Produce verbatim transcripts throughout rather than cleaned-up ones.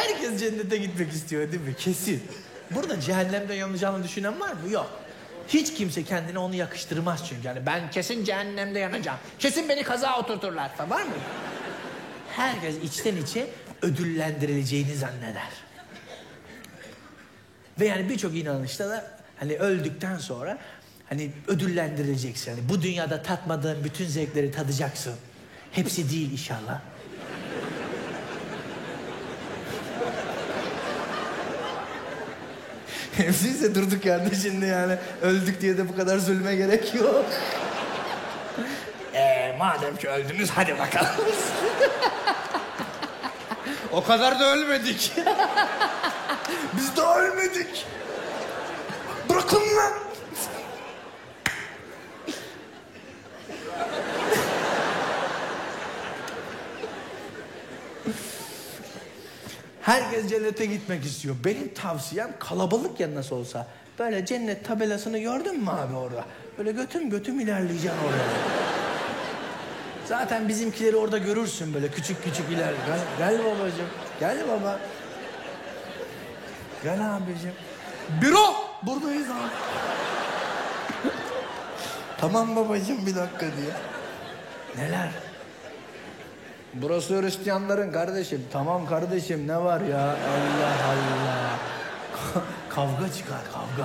Herkes cennete gitmek istiyor değil mi? Kesin. Burada cehennemde yanacağını düşünen var mı? Yok. Hiç kimse kendine onu yakıştırmaz çünkü. Yani ben kesin cehennemde yanacağım. Kesin beni kaza oturturlar falan, var mı? Herkes içten içe ödüllendirileceğini zanneder. Ve yani birçok inanışta da hani öldükten sonra hani ödüllendirileceksin. Yani bu dünyada tatmadığın bütün zevkleri tadacaksın. Hepsi değil inşallah. Hepsiyse durduk yerde şimdi yani öldük diye de bu kadar zulme gerek yok. Eee madem ki öldünüz hadi bakalım. O kadar da ölmedik. Biz daha ölmedik. Bırakın lan. Herkes cennete gitmek istiyor. Benim tavsiyem kalabalık ya nasıl olsa. Böyle cennet tabelasını gördün mü abi orada? Böyle götüm götüm ilerleyeceksin oraya. Zaten bizimkileri orada görürsün böyle küçük küçük iler. Gel, gel babacığım. Gel baba. Gel abicim. Büro. Buradayız abi. Tamam babacığım bir dakika diye. Neler? Burası Hristiyanların kardeşim. Tamam kardeşim ne var ya? Allah Allah. Kavga çıkar kavga.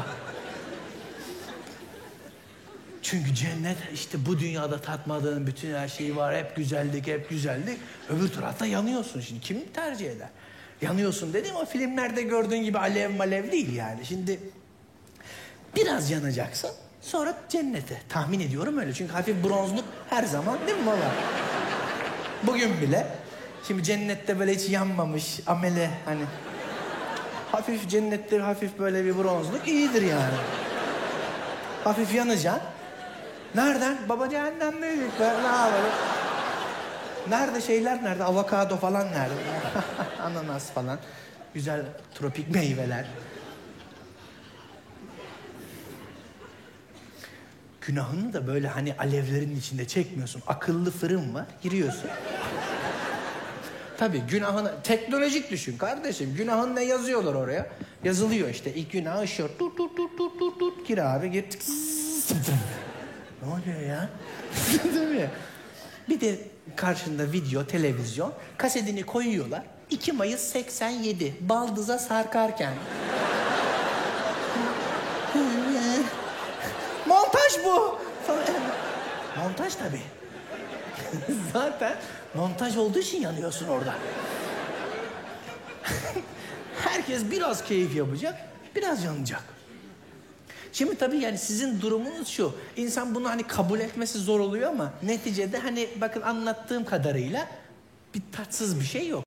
Çünkü cennet işte bu dünyada tatmadığın bütün her şeyi var. Hep güzellik, hep güzellik. Öbür tarafta yanıyorsun şimdi. Kim tercih eder? Yanıyorsun dedim o filmlerde gördüğün gibi alev malev değil yani. Şimdi biraz yanacaksın. Sonra cennete. Tahmin ediyorum öyle. Çünkü hafif bronzluk her zaman değil mi baba? Bugün bile. Şimdi cennette böyle hiç yanmamış amele hani. Hafif cennette hafif böyle bir bronzluk iyidir yani. Hafif yanacaksın. Nereden? Baba cehennemdeydik be. Ne yapalım? Nerede şeyler nerede? Avokado falan nerede? Ananas falan. Güzel tropik meyveler. Günahını da böyle hani alevlerin içinde çekmiyorsun. Akıllı fırın var. Giriyorsun. Tabii günahını... Teknolojik düşün kardeşim. Günahın ne yazıyorlar oraya? Yazılıyor işte. İlk günahı şu. Tut tut tut tut tut tut. Gir abi gir. Ne oluyor ya? Değil mi? Bir de karşında video, televizyon. Kasetini koyuyorlar. iki Mayıs seksen yedi. Baldıza sarkarken. Montaj bu. Montaj tabii. Zaten montaj olduğu için yanıyorsun orada. Herkes biraz keyif yapacak, biraz yanacak. Şimdi tabii yani sizin durumunuz şu. İnsan bunu hani kabul etmesi zor oluyor ama neticede hani bakın anlattığım kadarıyla bir tatsız bir şey yok.